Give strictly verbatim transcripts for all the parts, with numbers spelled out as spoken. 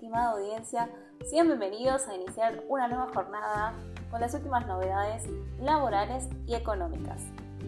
estimada audiencia, sean bienvenidos a iniciar una nueva jornada con las últimas novedades laborales y económicas.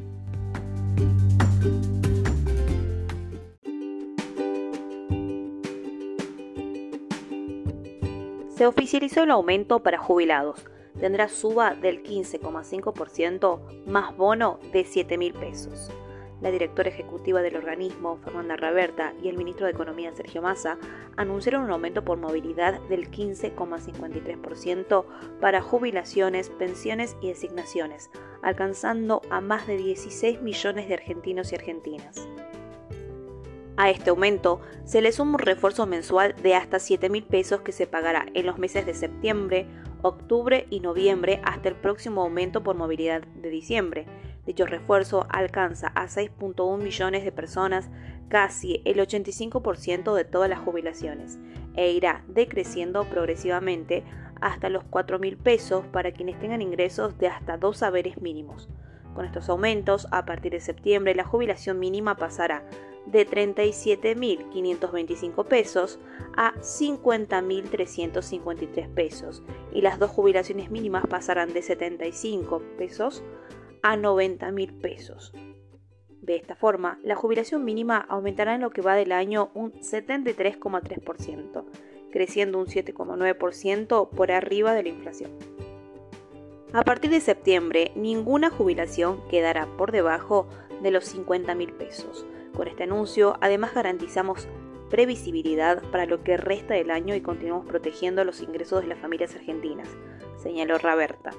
Se oficializó el aumento para jubilados. Tendrá suba del quince coma cinco por ciento más bono de siete mil pesos. La directora ejecutiva del organismo, Fernanda Raberta, y el ministro de Economía, Sergio Massa, anunciaron un aumento por movilidad del quince coma cincuenta y tres por ciento para jubilaciones, pensiones y asignaciones, alcanzando a más de dieciséis millones de argentinos y argentinas. A este aumento se le suma un refuerzo mensual de hasta siete mil pesos que se pagará en los meses de septiembre, octubre y noviembre hasta el próximo aumento por movilidad de diciembre. Dicho refuerzo alcanza a seis punto uno millones de personas, casi el ochenta y cinco por ciento de todas las jubilaciones, e irá decreciendo progresivamente hasta los cuatro mil pesos para quienes tengan ingresos de hasta dos saberes mínimos. Con estos aumentos, a partir de septiembre, la jubilación mínima pasará de treinta y siete mil quinientos veinticinco pesos a cincuenta mil trescientos cincuenta y tres pesos y las dos jubilaciones mínimas pasarán de setenta y cinco pesos a noventa mil pesos. De esta forma, la jubilación mínima aumentará en lo que va del año un setenta y tres coma tres por ciento, creciendo un siete coma nueve por ciento por arriba de la inflación. A partir de septiembre, ninguna jubilación quedará por debajo de los cincuenta mil pesos. Con este anuncio, además garantizamos previsibilidad para lo que resta del año y continuamos protegiendo los ingresos de las familias argentinas, señaló Raberta.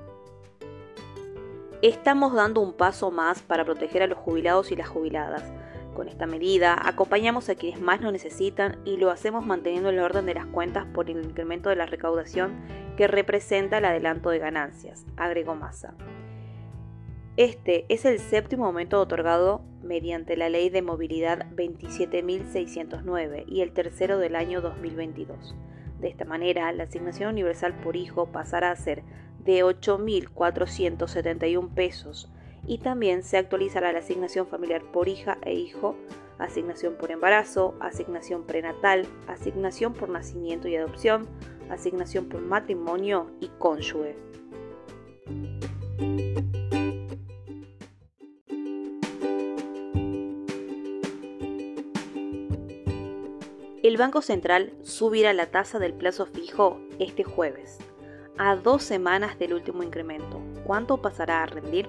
Estamos dando un paso más para proteger a los jubilados y las jubiladas. Con esta medida, acompañamos a quienes más lo necesitan y lo hacemos manteniendo el orden de las cuentas por el incremento de la recaudación que representa el adelanto de ganancias, agregó Massa. Este es el séptimo aumento otorgado mediante la Ley de Movilidad veintisiete mil seiscientos nueve y el tercero del año dos mil veintidós. De esta manera, la asignación universal por hijo pasará a ser de ocho mil cuatrocientos setenta y un pesos y también se actualizará la asignación familiar por hija e hijo, asignación por embarazo, asignación prenatal, asignación por nacimiento y adopción, asignación por matrimonio y cónyuge. El Banco Central subirá la tasa del plazo fijo este jueves, a dos semanas del último incremento. ¿Cuánto pasará a rendir?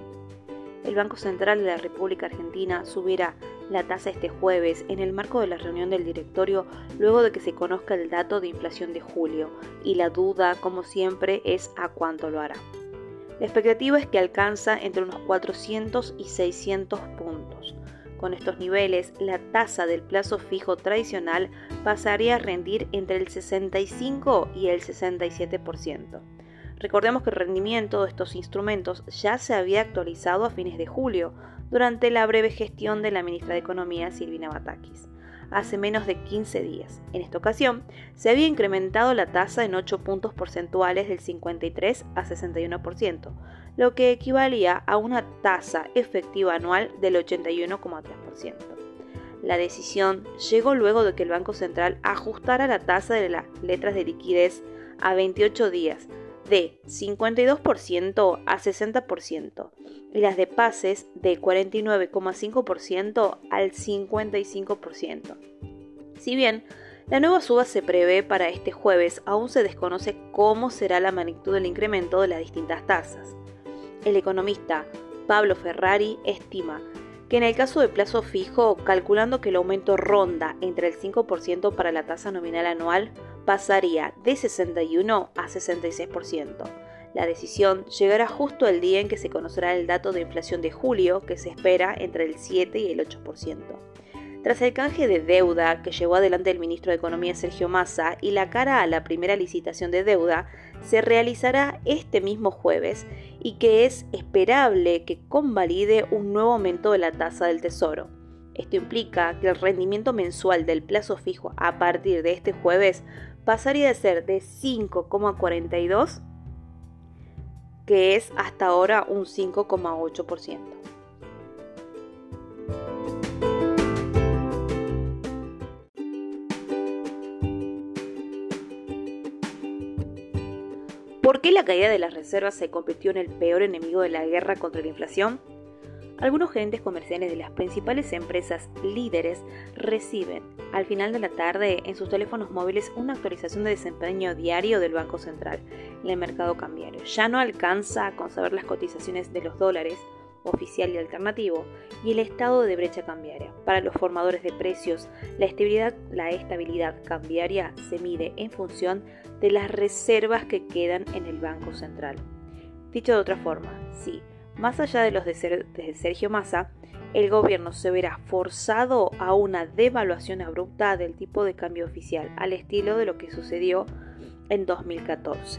El Banco Central de la República Argentina subirá la tasa este jueves en el marco de la reunión del directorio luego de que se conozca el dato de inflación de julio, y la duda, como siempre, es a cuánto lo hará. La expectativa es que alcanza entre unos cuatrocientos y seiscientos puntos. Con estos niveles, la tasa del plazo fijo tradicional pasaría a rendir entre el sesenta y cinco y el sesenta y siete por ciento. Recordemos que el rendimiento de estos instrumentos ya se había actualizado a fines de julio, durante la breve gestión de la ministra de Economía, Silvina Batakis, hace menos de quince días. En esta ocasión, se había incrementado la tasa en ocho puntos porcentuales del cincuenta y tres a sesenta y uno por ciento, lo que equivalía a una tasa efectiva anual del ochenta y uno coma tres por ciento. La decisión llegó luego de que el Banco Central ajustara la tasa de las letras de liquidez a veintiocho días, de cincuenta y dos por ciento a sesenta por ciento, y las de pases de cuarenta y nueve coma cinco por ciento al cincuenta y cinco por ciento. Si bien la nueva suba se prevé para este jueves, aún se desconoce cómo será la magnitud del incremento de las distintas tasas. El economista Pablo Ferrari estima que en el caso de plazo fijo, calculando que el aumento ronda entre el cinco por ciento para la tasa nominal anual, pasaría de sesenta y uno a sesenta y seis por ciento. La decisión llegará justo el día en que se conocerá el dato de inflación de julio, que se espera entre el siete y el ocho por ciento. Tras el canje de deuda que llevó adelante el ministro de Economía Sergio Massa y la cara a la primera licitación de deuda, se realizará este mismo jueves y que es esperable que convalide un nuevo aumento de la tasa del Tesoro. Esto implica que el rendimiento mensual del plazo fijo a partir de este jueves pasaría de ser de cinco coma cuarenta y dos, que es hasta ahora un cinco coma ocho por ciento. ¿Por qué la caída de las reservas se convirtió en el peor enemigo de la guerra contra la inflación? Algunos gerentes comerciales de las principales empresas líderes reciben al final de la tarde en sus teléfonos móviles una actualización de desempeño diario del Banco Central en el mercado cambiario. Ya no alcanza con saber las cotizaciones de los dólares oficial y alternativo y el estado de brecha cambiaria. Para los formadores de precios, la estabilidad, la estabilidad cambiaria se mide en función de las reservas que quedan en el Banco Central. Dicho de otra forma, sí, más allá de los de Sergio Massa, el gobierno se verá forzado a una devaluación abrupta del tipo de cambio oficial, al estilo de lo que sucedió en dos mil catorce.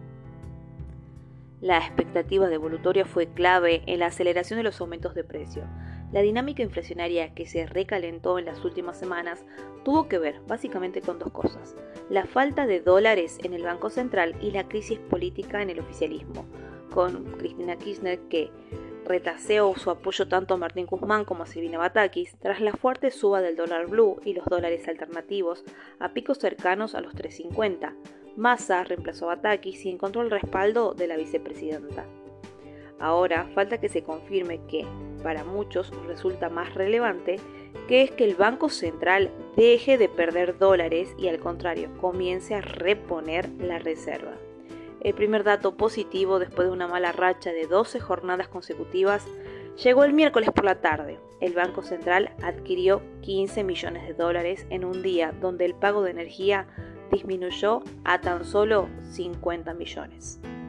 La expectativa devolutoria fue clave en la aceleración de los aumentos de precio. La dinámica inflacionaria que se recalentó en las últimas semanas tuvo que ver básicamente con dos cosas: la falta de dólares en el Banco Central y la crisis política en el oficialismo, con Cristina Kirchner que retaseó su apoyo tanto a Martín Guzmán como a Silvina Batakis tras la fuerte suba del dólar blue y los dólares alternativos a picos cercanos a los tres cincuenta. Massa reemplazó a Batakis y encontró el respaldo de la vicepresidenta. Ahora falta que se confirme que, para muchos, resulta más relevante, que es que el Banco Central deje de perder dólares y al contrario, comience a reponer la reserva. El primer dato positivo después de una mala racha de doce jornadas consecutivas llegó el miércoles por la tarde. El Banco Central adquirió quince millones de dólares en un día donde el pago de energía disminuyó a tan solo cincuenta millones.